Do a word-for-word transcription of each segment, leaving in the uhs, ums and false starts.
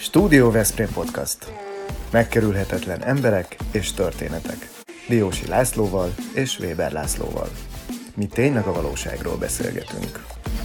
Stúdió Veszprém Podcast. Megkerülhetetlen emberek és történetek. Diósi Lászlóval és Weber Lászlóval. Mi tényleg a valóságról beszélgetünk.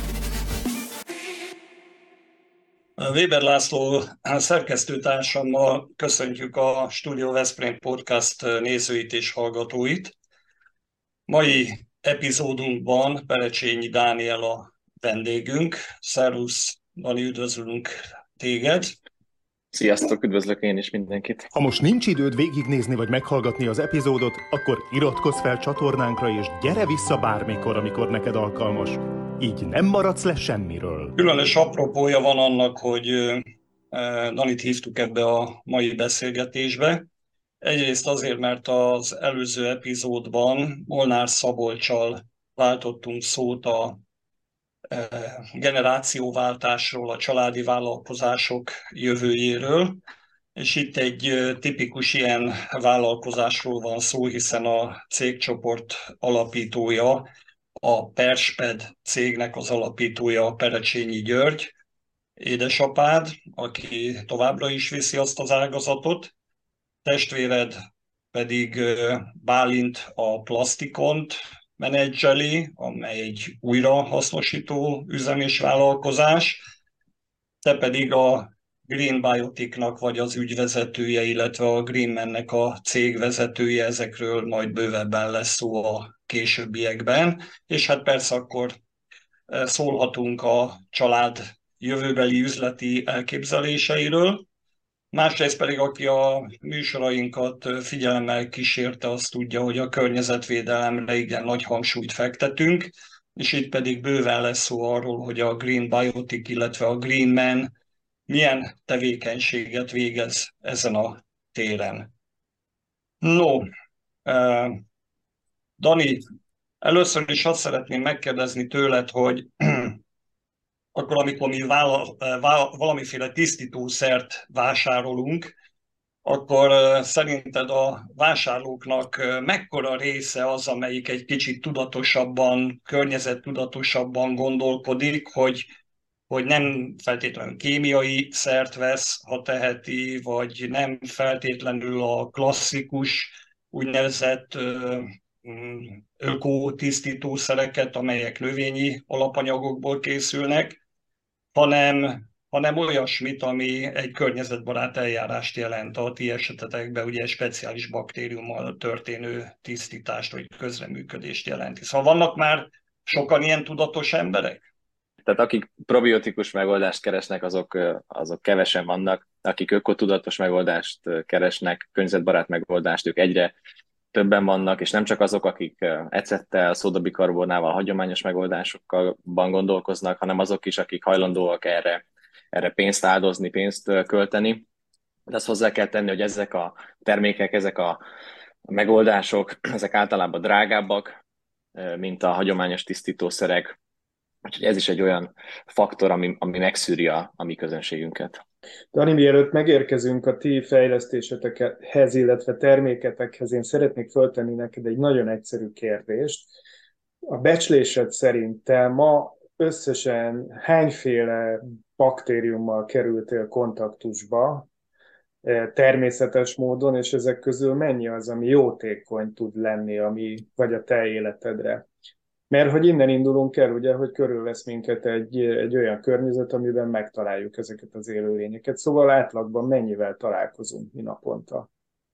Weber László szerkesztőtársammal köszöntjük a Stúdió Veszprém Podcast nézőit és hallgatóit. Mai epizódunkban Perecsényi Dániel a vendégünk. Szervusz, Dani, üdvözlünk téged! Sziasztok, üdvözlök én is mindenkit! Ha most nincs időd végignézni vagy meghallgatni az epizódot, akkor iratkozz fel csatornánkra és gyere vissza bármikor, amikor neked alkalmas. Így nem maradsz le semmiről. Különös apropója van annak, hogy Danit hívtuk ebbe a mai beszélgetésbe. Egyrészt azért, mert az előző epizódban Molnár Szabolccsal váltottunk szót a generációváltásról, a családi vállalkozások jövőjéről, és itt egy tipikus ilyen vállalkozásról van szó, hiszen a cégcsoport alapítója, a Persped cégnek az alapítója Perecsényi György, édesapád, aki továbbra is viszi azt az ágazatot, testvéred pedig Bálint a Plastikont menedzseli, amely egy újrahasznosító üzem és vállalkozás, te pedig a Green Biotic-nak vagy az ügyvezetője, illetve a Greenman-nek a cégvezetője, ezekről majd bővebben lesz szó a későbbiekben, és hát persze akkor szólhatunk a család jövőbeli üzleti elképzeléseiről. Másrészt pedig, aki a műsorainkat figyelemmel kísérte, azt tudja, hogy a környezetvédelemre igen nagy hangsúlyt fektetünk, és itt pedig bőven lesz szó arról, hogy a Green Biotic, illetve a Greenman milyen tevékenységet végez ezen a téren. No, Dani, először is azt szeretném megkérdezni tőled, hogy akkor, amikor mi vála, vála, valamiféle tisztítószert vásárolunk, akkor szerinted a vásárlóknak mekkora része az, amelyik egy kicsit tudatosabban, környezettudatosabban gondolkodik, hogy, hogy nem feltétlenül kémiai szert vesz, ha teheti, vagy nem feltétlenül a klasszikus úgynevezett ökotisztítószereket, amelyek növényi alapanyagokból készülnek, hanem, hanem olyasmit, ami egy környezetbarát eljárást jelent a ti esetetekben, ugye egy speciális baktériummal történő tisztítást vagy közreműködést jelenti. Szóval vannak már sokan ilyen tudatos emberek? Tehát akik probiotikus megoldást keresnek, azok, azok kevesen vannak, akik ökotudatos megoldást keresnek, környezetbarát megoldást, ők egyre többen vannak, és nem csak azok, akik ecettel, szódabikarbonával, hagyományos megoldásokban gondolkoznak, hanem azok is, akik hajlandóak erre, erre pénzt áldozni, pénzt költeni. De azt hozzá kell tenni, hogy ezek a termékek, ezek a megoldások, ezek általában drágábbak, mint a hagyományos tisztítószerek. Úgyhogy ez is egy olyan faktor, ami, ami megszűri a, a mi közönségünket. Dani, mielőtt megérkezünk a ti fejlesztésetekhez, illetve terméketekhez, én szeretnék föltenni neked egy nagyon egyszerű kérdést. A becslésed szerint te ma összesen hányféle baktériummal kerültél kontaktusba természetes módon, és ezek közül mennyi az, ami jótékony tud lenni, ami, vagy a te életedre? Mert hogy innen indulunk el, ugye, hogy körülvesz minket egy, egy olyan környezet, amiben megtaláljuk ezeket az élőlényeket. Szóval átlagban mennyivel találkozunk mi naponta?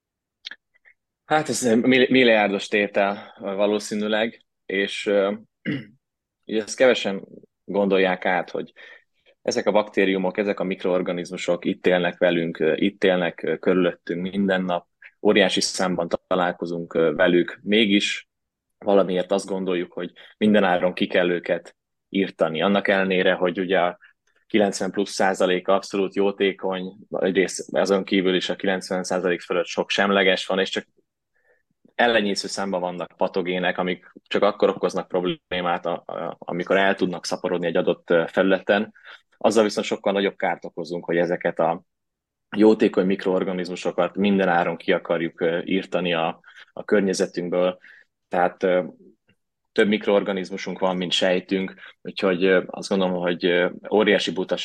Hát ez milliárdos tétel valószínűleg, és uh, ugye ezt kevesen gondolják át, hogy ezek a baktériumok, ezek a mikroorganizmusok itt élnek velünk, itt élnek körülöttünk minden nap, óriási számban találkozunk velük, mégis valamiért azt gondoljuk, hogy mindenáron ki kell őket írtani. Annak ellenére, hogy ugye a kilencven plusz százalék abszolút jótékony, egyrészt azon kívül is a kilencven százalék fölött sok semleges van, és csak ellenyésző számban vannak patogének, amik csak akkor okoznak problémát, amikor el tudnak szaporodni egy adott felületen. Azzal viszont sokkal nagyobb kárt okozunk, hogy ezeket a jótékony mikroorganizmusokat mindenáron ki akarjuk írtani a, a környezetünkből. Tehát több mikroorganizmusunk van, mint sejtünk, úgyhogy azt gondolom, hogy óriási butaság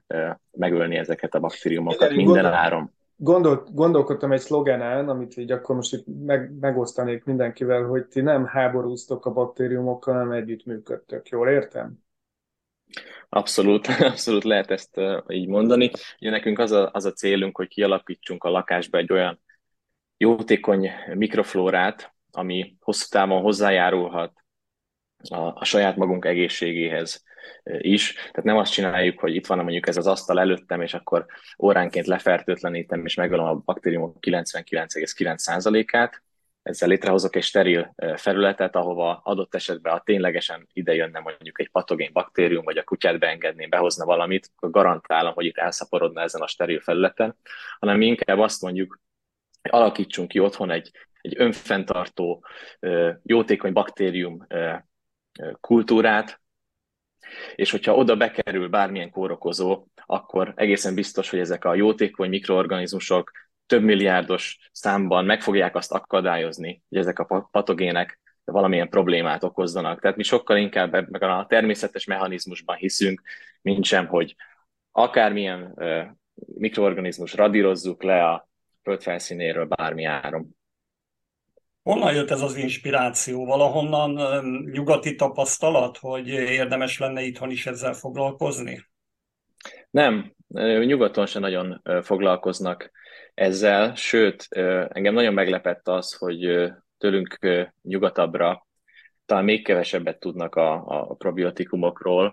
megölni ezeket a baktériumokat Én minden gondol, áron. gondol, gondolkodtam egy szlogánán, amit így akkor most itt meg, megosztanék mindenkivel, hogy ti nem háborúztok a baktériumokkal, hanem együttműködtök. Jól értem? Abszolút, abszolút lehet ezt uh, így mondani. Ugye nekünk az a, az a célunk, hogy kialakítsunk a lakásba egy olyan jótékony mikroflórát, ami hosszú távon hozzájárulhat a, a saját magunk egészségéhez is. Tehát nem azt csináljuk, hogy itt van mondjuk ez az asztal előttem, és akkor óránként lefertőtlenítem, és megölöm a baktériumok kilencvenkilenc egész kilenc százalékát. Ezzel létrehozok egy steril felületet, ahova adott esetben, ha ténylegesen ide jönne mondjuk egy patogén baktérium, vagy a kutyát beengedné, behozna valamit, akkor garantálom, hogy itt elszaporodna ezen a steril felületen, hanem mi inkább azt mondjuk, hogy alakítsunk ki otthon egy, egy önfenntartó, jótékony baktérium kultúrát, és hogyha oda bekerül bármilyen kórokozó, akkor egészen biztos, hogy ezek a jótékony mikroorganizmusok több milliárdos számban meg fogják azt akadályozni, hogy ezek a patogének valamilyen problémát okozzanak. Tehát mi sokkal inkább ebben a természetes mechanizmusban hiszünk, mint sem, hogy akármilyen uh, mikroorganizmus radírozzuk le a föld felszínéről bármi áron. Honnan jött ez az inspiráció? Valahonnan nyugati tapasztalat, hogy érdemes lenne itthon is ezzel foglalkozni? Nem, nyugaton sem nagyon foglalkoznak ezzel, sőt, engem nagyon meglepett az, hogy tőlünk nyugatabbra talán még kevesebbet tudnak a, a probiotikumokról.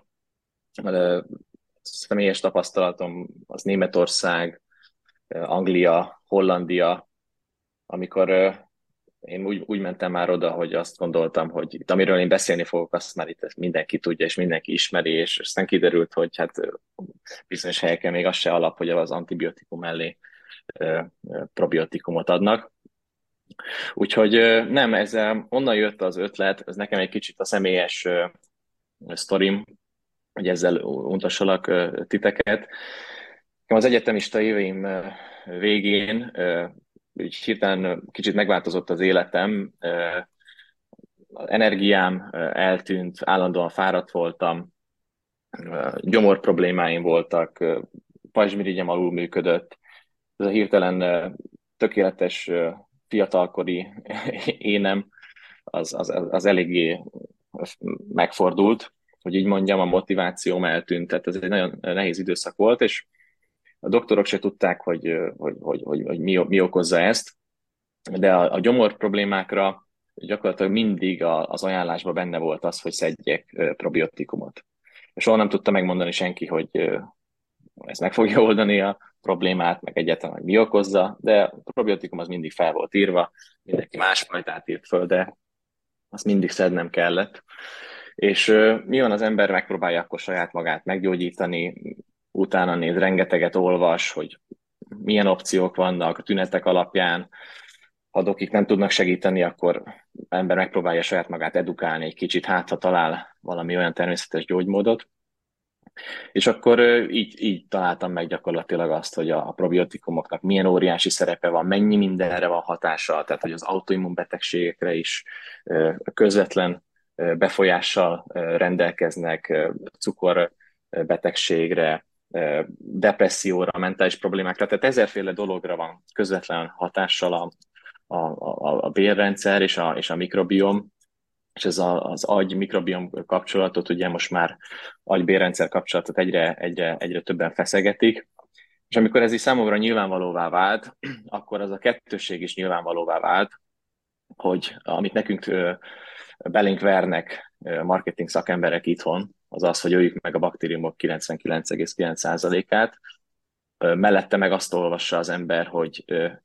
Személyes tapasztalatom az Németország, Anglia, Hollandia, amikor én úgy, úgy mentem már oda, hogy azt gondoltam, hogy itt, amiről én beszélni fogok, azt már itt mindenki tudja, és mindenki ismeri, és aztán kiderült, hogy hát bizonyos helyeken még az se alap, hogy az antibiotikum mellé probiotikumot adnak. Úgyhogy nem, ezzel onnan jött az ötlet, ez nekem egy kicsit a személyes sztorim, hogy ezzel untassalak titeket. Az egyetemista éveim végén így hirtelen kicsit megváltozott az életem, az energiám eltűnt, állandóan fáradt voltam, gyomor problémáim voltak, pajzsmirigyem alul működött, ez a hirtelen tökéletes fiatalkori énem az, az, az eléggé megfordult, hogy így mondjam, a motivációm eltűnt, tehát ez egy nagyon nehéz időszak volt, és a doktorok se tudták, hogy, hogy, hogy, hogy, hogy mi, mi okozza ezt, de a, a gyomor problémákra gyakorlatilag mindig az ajánlásban benne volt az, hogy szedjek probiotikumot. És soha nem tudta megmondani senki, hogy ez meg fogja oldani a problémát, meg egyáltalán, hogy mi okozza, de a probiotikum az mindig fel volt írva, mindenki másfajtát írt föl, de azt mindig szednem kellett. És uh, mi van, az ember megpróbálja akkor saját magát meggyógyítani, utána néz, rengeteget olvas, hogy milyen opciók vannak a tünetek alapján, ha dokik nem tudnak segíteni, akkor ember megpróbálja saját magát edukálni egy kicsit, hát ha talál valami olyan természetes gyógymódot. És akkor így, így találtam meg gyakorlatilag azt, hogy a probiotikumoknak milyen óriási szerepe van, mennyi mindenre van hatása, tehát hogy az autoimmun betegségekre is közvetlen befolyással rendelkeznek, cukorbetegségre, depresszióra, mentális problémákra, tehát ezerféle dologra van közvetlen hatással a, a, a, a bélrendszer és a, és a mikrobiom, és ez a, az agy-mikrobiom kapcsolatot, ugye most már agy-bélrendszer kapcsolatot egyre, egyre, egyre többen feszegetik, és amikor ez így számomra nyilvánvalóvá vált, akkor az a kettősség is nyilvánvalóvá vált, hogy amit nekünk belénk vernek marketing szakemberek itthon, az az, hogy öljük meg a baktériumok kilencvenkilenc egész kilenc százalékát, mellette meg azt olvassa az ember, hogy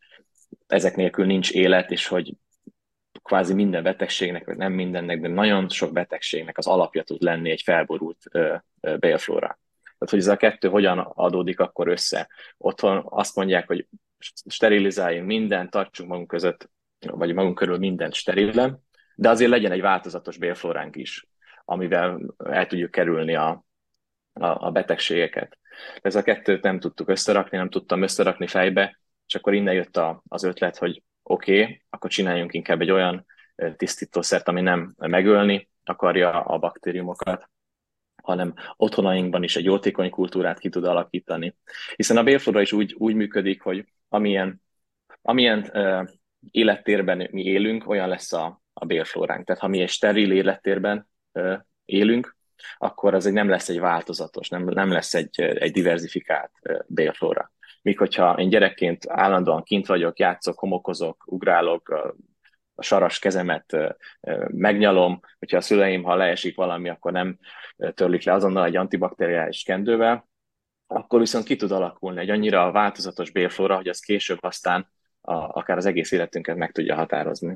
ezek nélkül nincs élet, és hogy kvázi minden betegségnek, vagy nem mindennek, de nagyon sok betegségnek az alapja tud lenni egy felborult bélflóra. Tehát, hogy ez a kettő hogyan adódik akkor össze. Otthon azt mondják, hogy sterilizáljunk mindent, tartsunk magunk között, vagy magunk körül mindent sterilen, de azért legyen egy változatos bélflóránk is, amivel el tudjuk kerülni a, a, a betegségeket. Ez a kettőt nem tudtuk összerakni, nem tudtam összerakni fejbe, és akkor innen jött a, az ötlet, hogy oké, okay, akkor csináljunk inkább egy olyan tisztítószert, ami nem megölni akarja a baktériumokat, hanem otthonainkban is egy jótékony kultúrát ki tud alakítani. Hiszen a bélflóra is úgy, úgy működik, hogy amilyen, amilyen uh, élettérben mi élünk, olyan lesz a, a bélflóránk. Tehát ha mi egy steril élettérben uh, élünk, akkor az egy, nem lesz egy változatos, nem, nem lesz egy, egy diversifikált uh, bélflóra. Míg hogyha én gyerekként állandóan kint vagyok, játszok, homokozok, ugrálok, uh, a saras kezemet megnyalom, hogyha a szüleim, ha leesik valami, akkor nem törlik le azonnal egy antibakteriális kendővel, akkor viszont ki tud alakulni egy annyira változatos bélflóra, hogy az később aztán a, akár az egész életünket meg tudja határozni.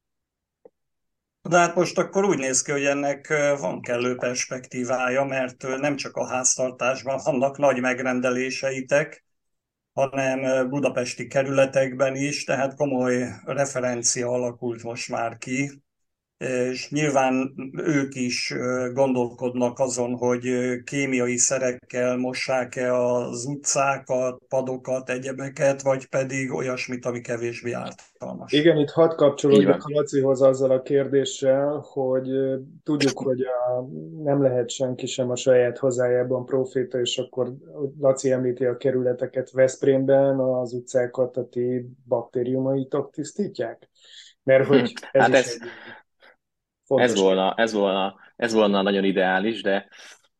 De hát most akkor úgy néz ki, hogy ennek van kellő perspektívája, mert nem csak a háztartásban vannak nagy megrendeléseitek, hanem budapesti kerületekben is, tehát komoly referencia alakult most már ki, és nyilván ők is gondolkodnak azon, hogy kémiai szerekkel mossák-e az utcákat, padokat, egyebeket, vagy pedig olyasmit, ami kevésbé ártalmas. Igen, itt hadd kapcsolódjak a Lacihoz azzal a kérdéssel, hogy tudjuk, hogy a, nem lehet senki sem a saját hazájában proféta, és akkor Laci említi a kerületeket, Veszprémben az utcákat a ti baktériumaitok tisztítják? Mert hogy ez hát is ez, egy ez, volna, ez, volna, ez volna nagyon ideális, de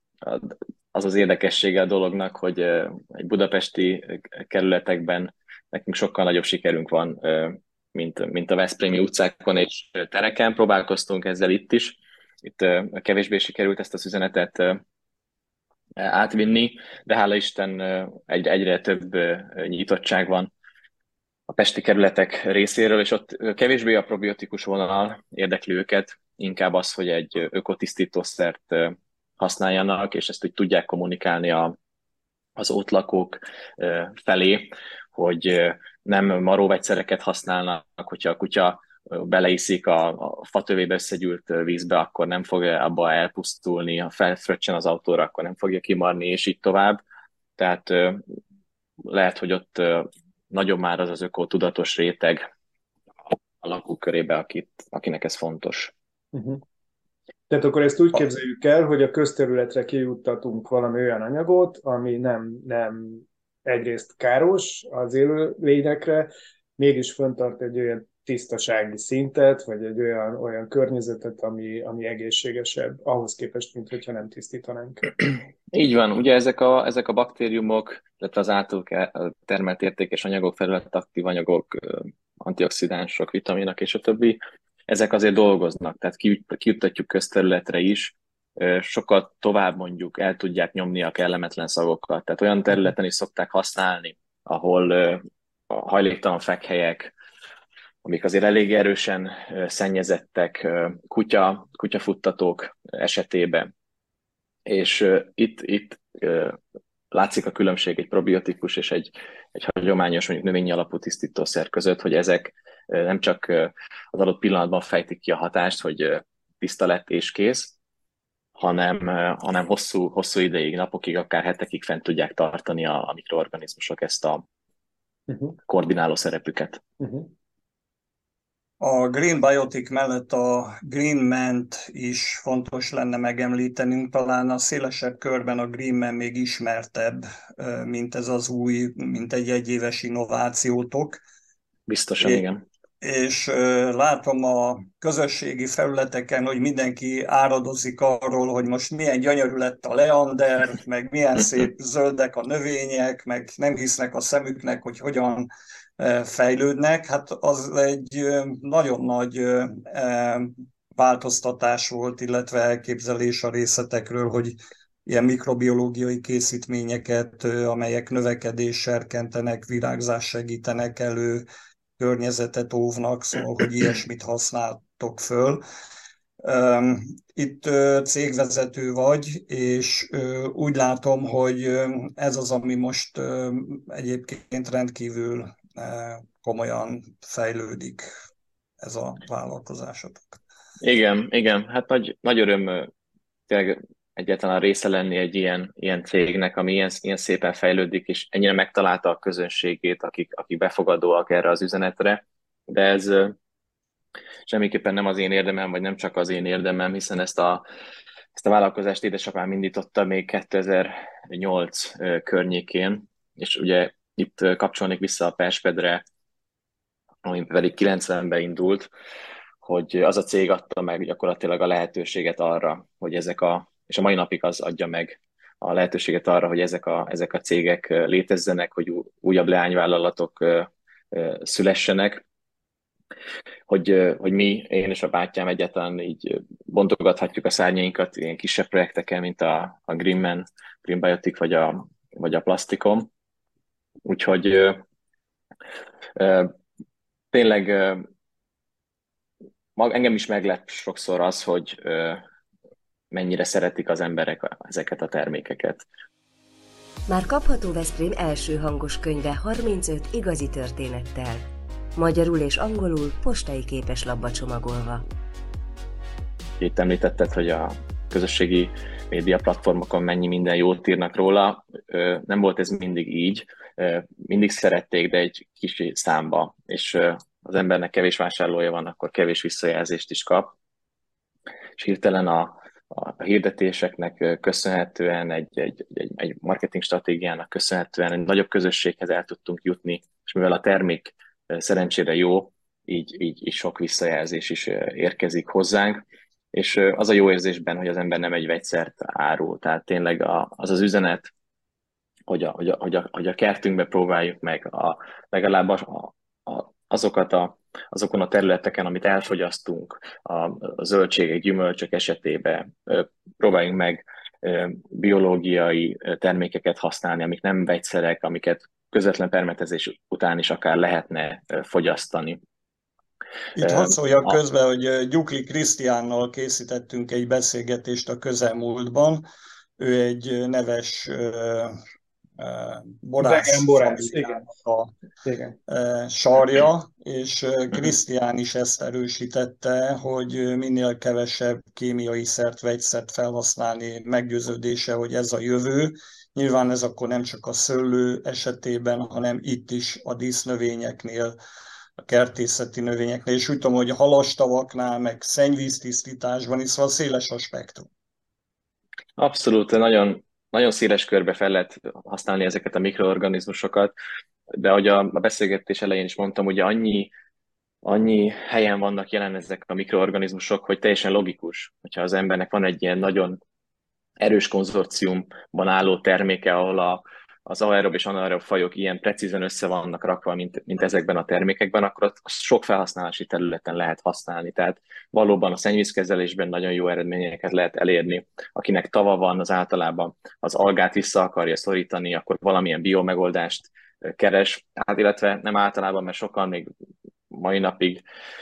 az az érdekessége a dolognak, hogy egy budapesti kerületekben nekünk sokkal nagyobb sikerünk van, mint, mint a veszprémi utcákon és tereken. Próbálkoztunk ezzel itt is. Itt kevésbé sikerült ezt az üzenetet átvinni, de hála Isten egy, egyre több nyitottság van a pesti kerületek részéről, és ott kevésbé a probiotikus vonal érdekli őket, inkább az, hogy egy ökotisztítószert használjanak, és ezt úgy tudják kommunikálni a, az ott lakók felé, hogy nem maróvegyszereket használnak, hogyha a kutya beleiszik a, a fatövébe összegyűlt vízbe, akkor nem fog abba elpusztulni, ha felfröccsen az autóra, akkor nem fogja kimarni, és így tovább. Tehát lehet, hogy ott nagyobb már az az ökotudatos réteg a lakók körébe, akit, akinek ez fontos. Uh-huh. Tehát akkor ezt úgy képzeljük el, hogy a közterületre kijuttatunk valami olyan anyagot, ami nem, nem egyrészt káros az élő lényekre, mégis föntart egy olyan tisztasági szintet, vagy egy olyan, olyan környezetet, ami, ami egészségesebb ahhoz képest, mint hogyha nem tisztítanánk. Így van, ugye ezek a, ezek a baktériumok, illetve az általuk termelt értékes anyagok, felületaktív anyagok, antioxidánsok, vitaminok és a többi, ezek azért dolgoznak, tehát kijuttatjuk közterületre is, sokkal tovább mondjuk el tudják nyomni a kellemetlen szagokat. Tehát olyan területen is szokták használni, ahol a hajléktalan fekhelyek, amik azért elég erősen szennyezettek, kutya, kutyafuttatók esetében. És itt, itt látszik a különbség egy probiotikus és egy, egy hagyományos, mondjuk növényi alapú tisztítószer között, hogy ezek nem csak az adott pillanatban fejtik ki a hatást, hogy tiszta lett és kész, hanem, hanem hosszú, hosszú ideig, napokig, akár hetekig fent tudják tartani a, a mikroorganizmusok ezt a uh-huh. koordináló szerepüket. Uh-huh. A Green Biotic mellett a Green Ment is fontos lenne megemlítenünk, talán a szélesebb körben a Green Man még ismertebb, mint ez az új, mint egy egyéves innovációtok. Biztosan, é- igen. És látom a közösségi felületeken, hogy mindenki áradozik arról, hogy most milyen gyönyörű lett a leander, meg milyen szép zöldek a növények, meg nem hisznek a szemüknek, hogy hogyan fejlődnek. Hát az egy nagyon nagy változtatás volt, illetve elképzelés a részletekről, hogy ilyen mikrobiológiai készítményeket, amelyek növekedés serkentenek, virágzás segítenek elő, környezetet óvnak, szóval, hogy ilyesmit használtok föl. Itt cégvezető vagy, és úgy látom, hogy ez az, ami most egyébként rendkívül komolyan fejlődik, ez a vállalkozásotok. Igen, igen, hát nagy, nagy öröm tényleg egyáltalán része lenni egy ilyen, ilyen cégnek, ami ilyen, ilyen szépen fejlődik, és ennyire megtalálta a közönségét, akik, akik befogadóak erre az üzenetre, de ez semmiképpen nem az én érdemem, vagy nem csak az én érdemem, hiszen ezt a ezt a vállalkozást édesapám indította még kétezer-nyolc környékén, és ugye itt kapcsolnék vissza a Perspedre, ami pedig kilencvenben indult, hogy az a cég adta meg gyakorlatilag a lehetőséget arra, hogy ezek a, és a mai napig az adja meg a lehetőséget arra, hogy ezek a, ezek a cégek létezzenek, hogy újabb leányvállalatok szülessenek, hogy, hogy mi, én és a bátyám egyáltalán így bontogathatjuk a szárnyainkat ilyen kisebb projektekkel, mint a, a Greenman, Green Biotic vagy a, vagy a Plasticom. Úgyhogy ö, ö, tényleg ö, mag, engem is meglep sokszor az, hogy ö, mennyire szeretik az emberek ezeket a termékeket. Már kapható Veszprém első hangos könyve harmincöt igazi történettel. Magyarul és angolul postai képeslapba csomagolva. Itt említetted, hogy a közösségi média platformokon mennyi minden jót írnak róla. Nem volt ez mindig így. Mindig szerették, de egy kis számba. És az embernek kevés vásárlója van, akkor kevés visszajelzést is kap. És hirtelen a, a hirdetéseknek köszönhetően, egy, egy, egy, egy marketing stratégiának köszönhetően egy nagyobb közösséghez el tudtunk jutni, és mivel a termék szerencsére jó, így, így, így sok visszajelzés is érkezik hozzánk, és az a jó érzésben, hogy az ember nem egy vegyszert árul, tehát tényleg a, az az üzenet, hogy a, hogy, a, hogy, a, hogy a kertünkbe próbáljuk meg a, legalább a, a, azokat a, azokon a területeken, amit elfogyasztunk, a, a zöldségek, gyümölcsök esetében próbáljunk meg biológiai termékeket használni, amik nem vegyszerek, amiket közvetlen permetezés után is akár lehetne fogyasztani. Itt hadd szóljak közben, hogy Gyukli Krisztiánnal készítettünk egy beszélgetést a közelmúltban. Ő egy neves borász, borász igen. a igen. sarja, és Krisztián is ezt erősítette, hogy minél kevesebb kémiai szert, vegyszert felhasználni, meggyőződése, hogy ez a jövő. Nyilván ez akkor nem csak a szőlő esetében, hanem itt is a dísznövényeknél, a kertészeti növényeknél, és úgy tudom, hogy halastavaknál, meg szennyvíztisztításban is, szóval széles a spektrum. Abszolút, nagyon, nagyon széles körbe fel lehet használni ezeket a mikroorganizmusokat, de ahogy a beszélgetés elején is mondtam, ugye annyi, annyi helyen vannak jelen ezek a mikroorganizmusok, hogy teljesen logikus, hogyha az embernek van egy ilyen nagyon erős konzorciumban álló terméke, ahol a, az aerob és anaerob fajok ilyen precízen össze vannak rakva, mint, mint ezekben a termékekben, akkor azt sok felhasználási területen lehet használni. Tehát valóban a szennyvízkezelésben nagyon jó eredményeket lehet elérni. Akinek tava van, az általában az algát vissza akarja szorítani, akkor valamilyen biomegoldást keres, hát illetve nem általában, mert sokan még mai napig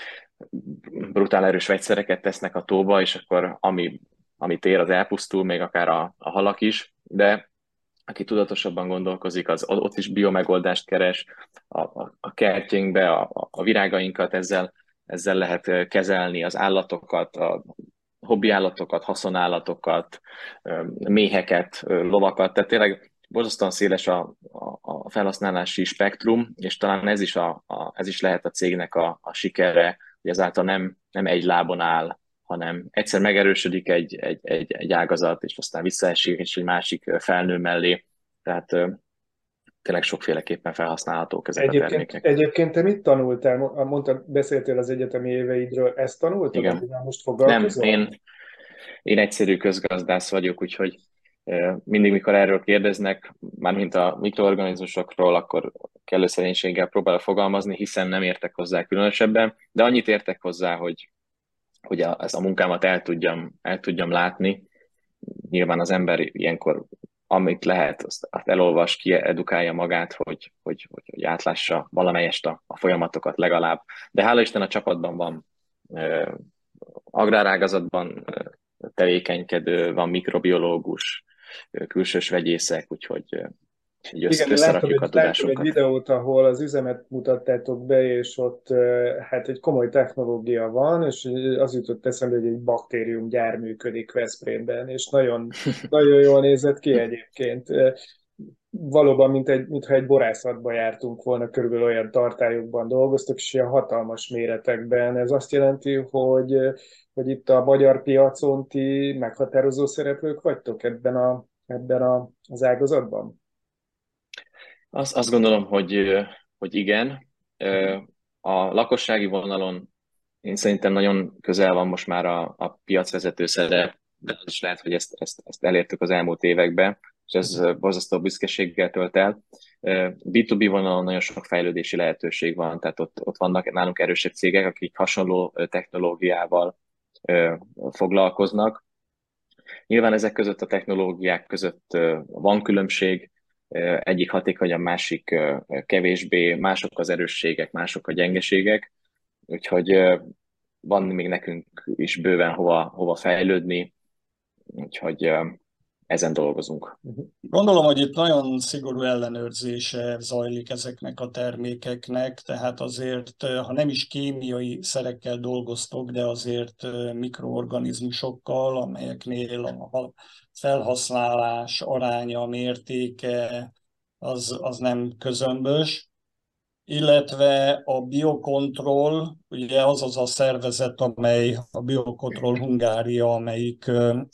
brutál erős vegyszereket tesznek a tóba, és akkor ami amit ér, az elpusztul, még akár a, a halak is, de aki tudatosabban gondolkozik, az ott is biomegoldást keres, a, a, a kertjénkbe, a, a virágainkat ezzel, ezzel lehet kezelni, az állatokat, a hobbi állatokat, haszonállatokat, méheket, lovakat, tehát tényleg borzasztóan széles a, a, a felhasználási spektrum, és talán ez is, a, a, ez is lehet a cégnek a, a sikere, hogy ezáltal nem, nem egy lábon áll, hanem egyszer megerősödik egy, egy, egy, egy ágazat, és aztán visszaesik, és egy másik felnő mellé. Tehát tényleg sokféleképpen felhasználhatók ezek egyébként, a termékek. Egyébként te mit tanultál? Mondtad, beszéltél az egyetemi éveidről, ezt tanultad? Igen. Most foglalkozol? Nem, én, én egyszerű közgazdász vagyok, úgyhogy mindig, mikor erről kérdeznek, mármint a mikroorganizmusokról, akkor kellő szerénységgel próbálok fogalmazni, hiszen nem értek hozzá különösebben, de annyit értek hozzá, hogy hogy a, ez a munkámat el tudjam, el tudjam látni. Nyilván az ember ilyenkor, amit lehet, azt elolvas, ki edukálja magát, hogy, hogy, hogy, hogy átlássa valamelyest a, a folyamatokat legalább. De hála Isten a csapatban van ö, agrárágazatban ö, tevékenykedő, van mikrobiológus, ö, külsős vegyészek, úgyhogy ö, igen, láttam egy, láttam egy videót, ahol az üzemet mutattátok be, és ott hát egy komoly technológia van, és az jutott eszembe, hogy egy baktériumgyár működik Veszprémben, és nagyon, nagyon jól nézett ki egyébként. valóban, mint egy, mintha egy borászatba jártunk volna, körülbelül olyan tartályokban dolgoztok, és ilyen hatalmas méretekben. Ez azt jelenti, hogy, hogy itt a magyar piacon ti meghatározó szereplők vagytok ebben, a, ebben a, az ágazatban? Azt, azt gondolom, hogy, hogy igen. A lakossági vonalon én szerintem nagyon közel van most már a, a piacvezető szerep, de az is lehet, hogy ezt, ezt, ezt elértük az elmúlt években, és ez borzasztó büszkeséggel tölt el. bé kettő bé vonalon nagyon sok fejlődési lehetőség van, tehát ott, ott vannak nálunk erősebb cégek, akik hasonló technológiával foglalkoznak. Nyilván ezek között a technológiák között van különbség, egyik hatékonyabb, másik kevésbé, mások az erősségek, mások a gyengeségek, úgyhogy van még nekünk is bőven hova, hova fejlődni, úgyhogy ezen dolgozunk. Gondolom, hogy itt nagyon szigorú ellenőrzése zajlik ezeknek a termékeknek, tehát azért, ha nem is kémiai szerekkel dolgoztok, de azért mikroorganizmusokkal, amelyeknél a felhasználás aránya, mértéke az, az nem közömbös. Illetve a Biocontrol, ugye az az a szervezet, amely a Biocontrol Hungária, amelyik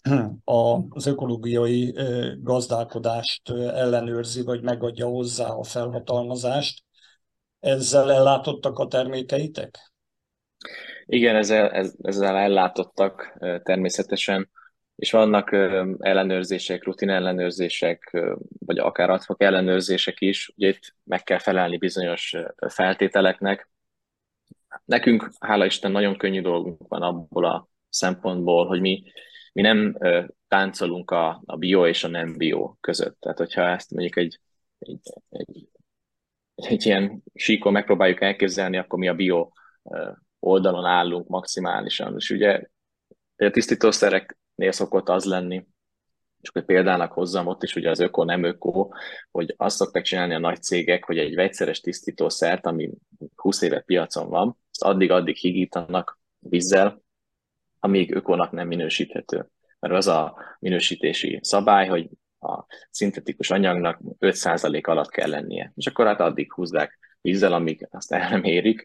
az ökológiai gazdálkodást ellenőrzi, vagy megadja hozzá a felhatalmazást. Ezzel ellátottak a termékeitek? Igen, ezzel, ezzel ellátottak természetesen, és vannak ellenőrzések, rutin ellenőrzések, vagy akár ad hoc ellenőrzések is. Ugye itt meg kell felelni bizonyos feltételeknek. Nekünk, hála Isten, nagyon könnyű dolgunk van abból a szempontból, hogy mi, mi nem táncolunk a, a bio és a nem bio között. Tehát, hogyha ezt mondjuk egy, egy, egy, egy ilyen síkon megpróbáljuk elképzelni, akkor mi a bio oldalon állunk maximálisan. És ugye a tisztítószereknél szokott az lenni, és akkor példának hozzam ott is ugye az öko, nem öko, hogy azt szokták csinálni a nagy cégek, hogy egy vegyszeres tisztítószert, ami húsz éve piacon van, azt addig-addig higítanak vízzel, amíg ökonak nem minősíthető. Mert az a minősítési szabály, hogy a szintetikus anyagnak öt százalék alatt kell lennie. És akkor hát addig húzzák vízzel, amíg azt el nem érik.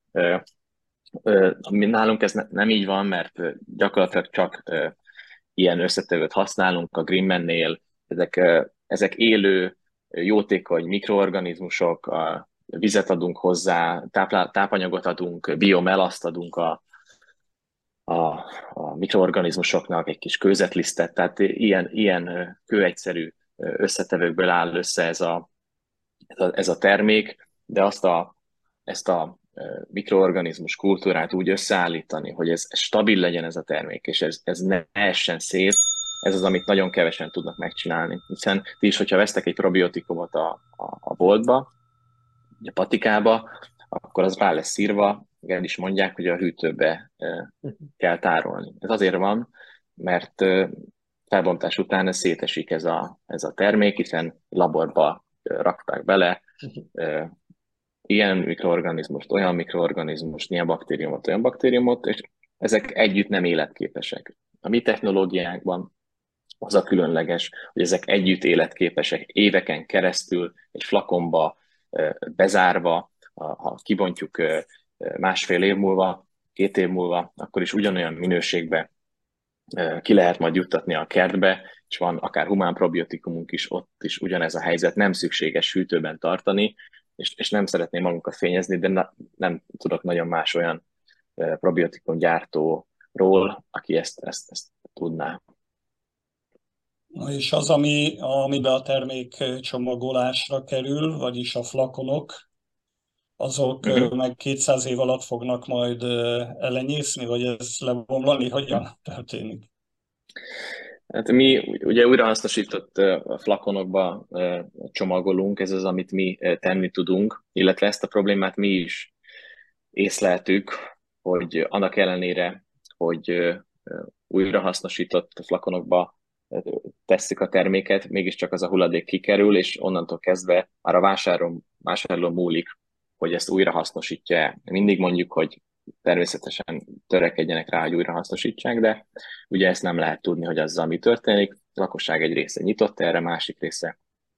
Nálunk ez nem így van, mert gyakorlatilag csak ilyen összetevőt használunk a Greenman-nél. Ezek, ezek élő, jótékony mikroorganizmusok, a vizet adunk hozzá, táplá, tápanyagot adunk, biomelaszt adunk a, a, a mikroorganizmusoknak, egy kis kőzetlisztet, tehát ilyen, ilyen kőegyszerű összetevőkből áll össze ez a, ez a, ez a termék, de azt a, ezt a mikroorganizmus kultúrát úgy összeállítani, hogy ez, ez stabil legyen ez a termék, és ez, ez ne essen szét, ez az, amit nagyon kevesen tudnak megcsinálni. Hiszen ti is, hogyha vesztek egy probiotikumot a, a, a boltba, a patikába, akkor az rá lesz szírva, el is mondják, hogy a hűtőbe e, kell tárolni. Ez azért van, mert e, felbontás után ez szétesik ez a, ez a termék, hiszen laborba e, rakták bele, e, ilyen mikroorganizmust, olyan mikroorganizmust, ilyen baktériumot, olyan baktériumot, és ezek együtt nem életképesek. A mi technológiánkban az a különleges, hogy ezek együtt életképesek éveken keresztül, egy flakonba bezárva, ha kibontjuk másfél év múlva, két év múlva, akkor is ugyanolyan minőségbe ki lehet majd juttatni a kertbe, és van akár humán probiotikumunk is, ott is ugyanez a helyzet, nem szükséges hűtőben tartani, És, és nem szeretném magunkat fényezni, de na, nem tudok nagyon más olyan e, probiotikum gyártóról, aki ezt, ezt, ezt tudná. És az, ami, amiben a termék csomagolásra kerül, vagyis a flakonok, azok uh-huh. meg kétszáz év alatt fognak majd elenyészni, vagy ez lebomlani? Hogyan történik? Hát mi ugye újrahasznosított flakonokba csomagolunk, ez az, amit mi tenni tudunk, illetve ezt a problémát mi is észleltük, hogy annak ellenére, hogy újrahasznosított flakonokba tesszük a terméket, mégiscsak az a hulladék kikerül, és onnantól kezdve már a vásárló, vásárló múlik, hogy ezt újrahasznosítja. Mindig mondjuk, hogy természetesen törekedjenek rá, hogy újrahasznosítsák, de ugye ezt nem lehet tudni, hogy azzal mi történik. A lakosság egy része nyitott erre, másik része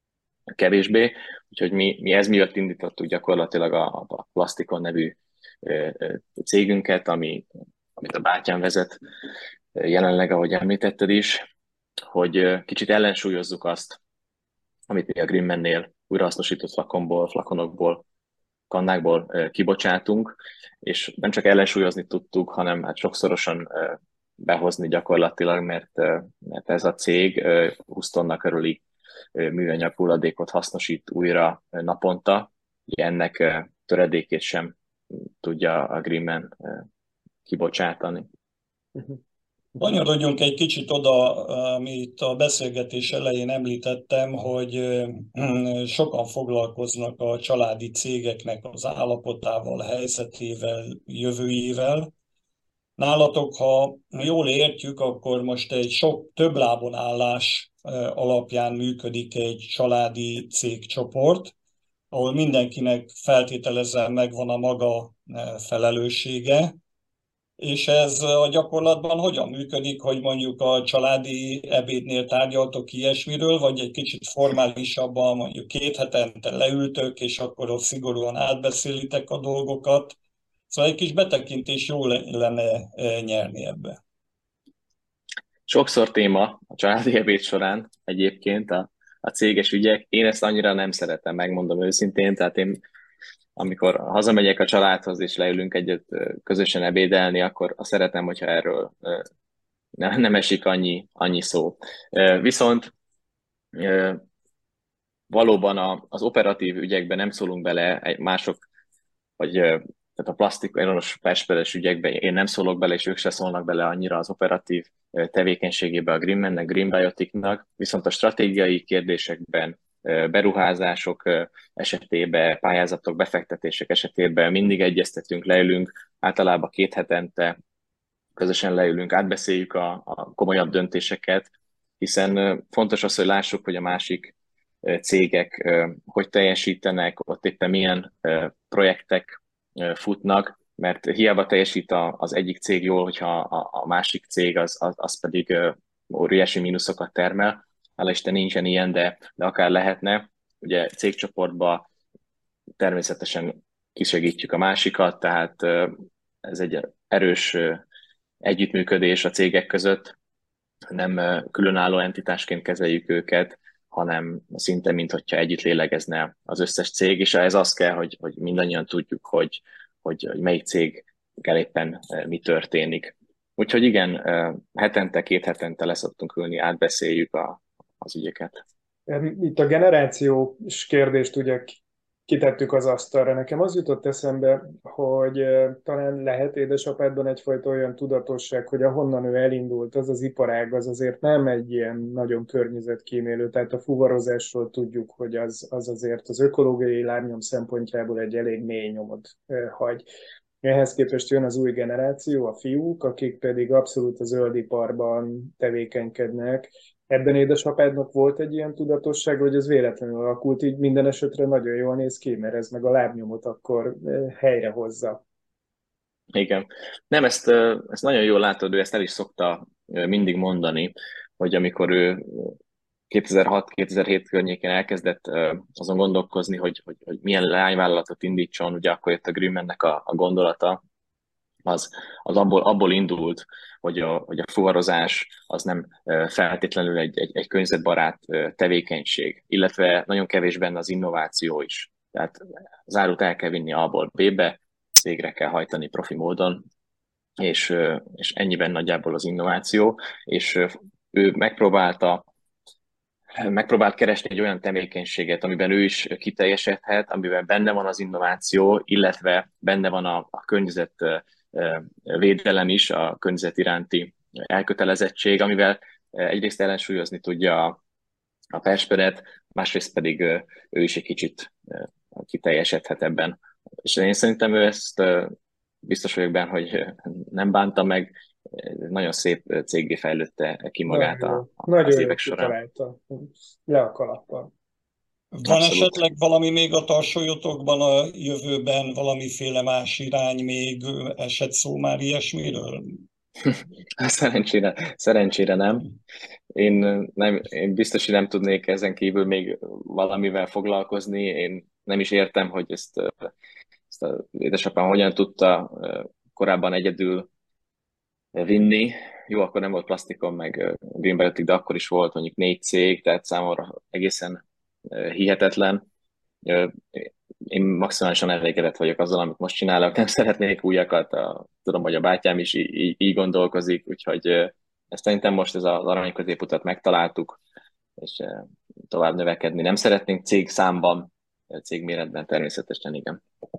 kevésbé, úgyhogy mi, mi ez miatt indítottuk gyakorlatilag a, a Plastikon nevű cégünket, ami, amit a bátyám vezet jelenleg, ahogy említetted is, hogy kicsit ellensúlyozzuk azt, amit mi a Greenman-nél újrahasznosított flakonból, flakonokból, kannákból kibocsátunk, és nem csak ellensúlyozni tudtuk, hanem hát sokszorosan behozni gyakorlatilag, mert, mert ez a cég húsz tonna körüli műanyag hulladékot hasznosít újra naponta, ennek töredékét sem tudja a Greenman kibocsátani. Kanyarodjunk egy kicsit oda, amit a beszélgetés elején említettem, hogy sokan foglalkoznak a családi cégeknek az állapotával, helyzetével, jövőjével. Nálatok, ha jól értjük, akkor most egy sok több lábon állás alapján működik egy családi cégcsoport, ahol mindenkinek feltételezem megvan a maga felelőssége, és ez a gyakorlatban hogyan működik, hogy mondjuk a családi ebédnél tárgyaltok ilyesmiről, vagy egy kicsit formálisabban, mondjuk két hetente leültök, és akkor ott szigorúan átbeszélitek a dolgokat. Szóval egy kis betekintés jó lenne nyerni ebbe. Sokszor téma a családi ebéd során egyébként a, a céges ügyek. Én ezt annyira nem szeretem, megmondom őszintén, tehát én amikor hazamegyek a családhoz és leülünk egyet közösen ebédelni, akkor azt szeretem, hogyha erről nem esik annyi, annyi szó. Viszont valóban az operatív ügyekben nem szólunk bele, mások, vagy tehát a plastikonos persperes ügyekben én nem szólok bele, és ők se szólnak bele annyira az operatív tevékenységébe a Greenmannek, Greenbioticnak, viszont a stratégiai kérdésekben, beruházások esetében, pályázatok, befektetések esetében mindig egyeztetünk, leülünk, általában két hetente közösen leülünk, átbeszéljük a, a komolyabb döntéseket, hiszen fontos az, hogy lássuk, hogy a másik cégek hogy teljesítenek, ott éppen milyen projektek futnak, mert hiába teljesít az egyik cég jól, hogyha a másik cég az, az, az pedig óriási mínuszokat termel. Hála Isten nincsen ilyen, de, de akár lehetne. Ugye cégcsoportban természetesen kisegítjük a másikat, tehát ez egy erős együttműködés a cégek között, nem különálló entitásként kezeljük őket, hanem szinte, mint hogyha együtt lélegezne az összes cég, és ez az kell, hogy, hogy mindannyian tudjuk, hogy, hogy, hogy melyik céggel éppen mi történik. Úgyhogy igen, hetente, két hetente leszoktunk ülni, átbeszéljük a, az ügyeket. Itt a generációs kérdést ugye kitettük az asztalra. Nekem az jutott eszembe, hogy talán lehet édesapádban egyfajta olyan tudatosság, hogy ahonnan ő elindult, az az iparág, az azért nem egy ilyen nagyon környezetkímélő. Tehát a fuvarozásról tudjuk, hogy az, az azért az ökológiai lábnyom szempontjából egy elég mély nyomot hagy. Ehhez képest jön az új generáció, a fiúk, akik pedig abszolút a zöldiparban tevékenykednek. Ebben édesapádnak volt egy ilyen tudatosság, hogy ez véletlenül alakult, így minden esetre nagyon jól néz ki, mert ez meg a lábnyomot akkor helyre hozza. Igen. Nem, ezt, ezt nagyon jól látod, ő ezt el is szokta mindig mondani, hogy amikor ő kétezer-hat kétezer-hét környékén elkezdett azon gondolkozni, hogy, hogy, hogy milyen lányvállalatot indítson, ugye akkor jött a Greenmannek a, a gondolata, az, az abból, abból indult, hogy a, hogy a fuvarozás az nem feltétlenül egy, egy, egy környezetbarát tevékenység, illetve nagyon kevés benne az innováció is. Tehát az árut el kell vinni A-ból B-be, végre kell hajtani profi módon, és, és ennyiben nagyjából az innováció, és ő megpróbálta megpróbált keresni egy olyan tevékenységet, amiben ő is kiteljesedhet, amiben benne van az innováció, illetve benne van a, a környezetvédelem is, a környezet iránti elkötelezettség, amivel egyrészt ellensúlyozni tudja a, a persperet, másrészt pedig ő is egy kicsit kiteljesedhet ebben. És én szerintem ő ezt biztos vagyok benne, hogy nem bánta meg, nagyon szép céggé fejlődte ki magát a, a, az évek során. Le a kalappal. Van Abszolút. Esetleg valami még a tarsolyotokban a jövőben, valamiféle más irány még esett szó már ilyesmiről? Szerencsére, szerencsére nem. Én, nem, én biztos, hogy nem tudnék ezen kívül még valamivel foglalkozni. Én nem is értem, hogy ezt, ezt az édesapám hogyan tudta korábban egyedül vinni. Jó, akkor nem volt plastikon, meg Green Belt, de akkor is volt mondjuk négy cég, tehát számomra egészen hihetetlen. Én maximálisan elégedett vagyok azzal, amit most csinálok, nem szeretnék újakat, a, tudom, hogy a bátyám is így, így gondolkozik, úgyhogy ezt szerintem most ez az arany középutat megtaláltuk, és tovább növekedni nem szeretnénk cég számban, cég méretben természetesen igen.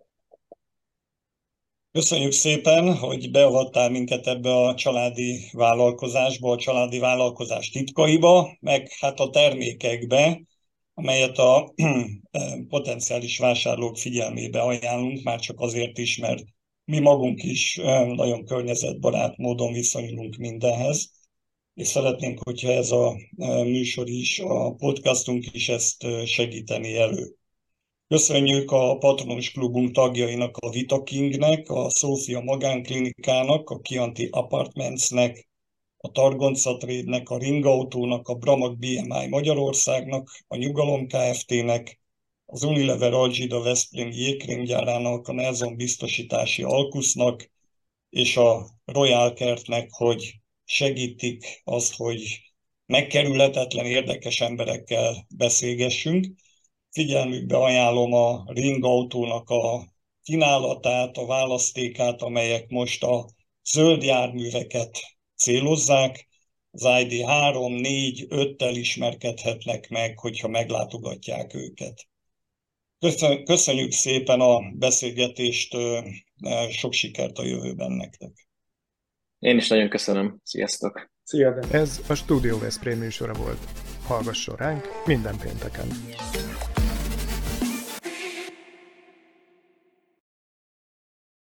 Köszönjük szépen, hogy beavattál minket ebbe a családi vállalkozásba, a családi vállalkozás titkaiba, meg hát a termékekbe, amelyet a potenciális vásárlók figyelmébe ajánlunk, már csak azért is, mert mi magunk is nagyon környezetbarát módon viszonyulunk mindenhez, és szeretnénk, hogyha ez a műsor is, a podcastunk is ezt segíteni elő. Köszönjük a Patronos Klubunk tagjainak, a Vita Kingnek, a Szófia Magánklinikának, a Chianti Apartmentsnek, a Targonca Trade-nek, a Ring Autónak, a Bramag bé em i Magyarországnak, a Nyugalom Kft-nek, az Unilever Algida Veszprém jégkrémgyárának, a Nelson Biztosítási Alkusznak, és a Royal Kertnek, hogy segítik azt, hogy megkerülhetetlen, érdekes emberekkel beszélgessünk. Figyelmükbe ajánlom a Ring Autónak a kínálatát, a választékát, amelyek most a zöld járműveket célozzák. Az i dé három, négy, öttel ismerkedhetnek meg, hogyha meglátogatják őket. Köszönjük szépen a beszélgetést, sok sikert a jövőben nektek. Én is nagyon köszönöm. Sziasztok! Szia, Dan. Ez a Studio Veszprém műsora volt. Hallgasson ránk minden pénteken!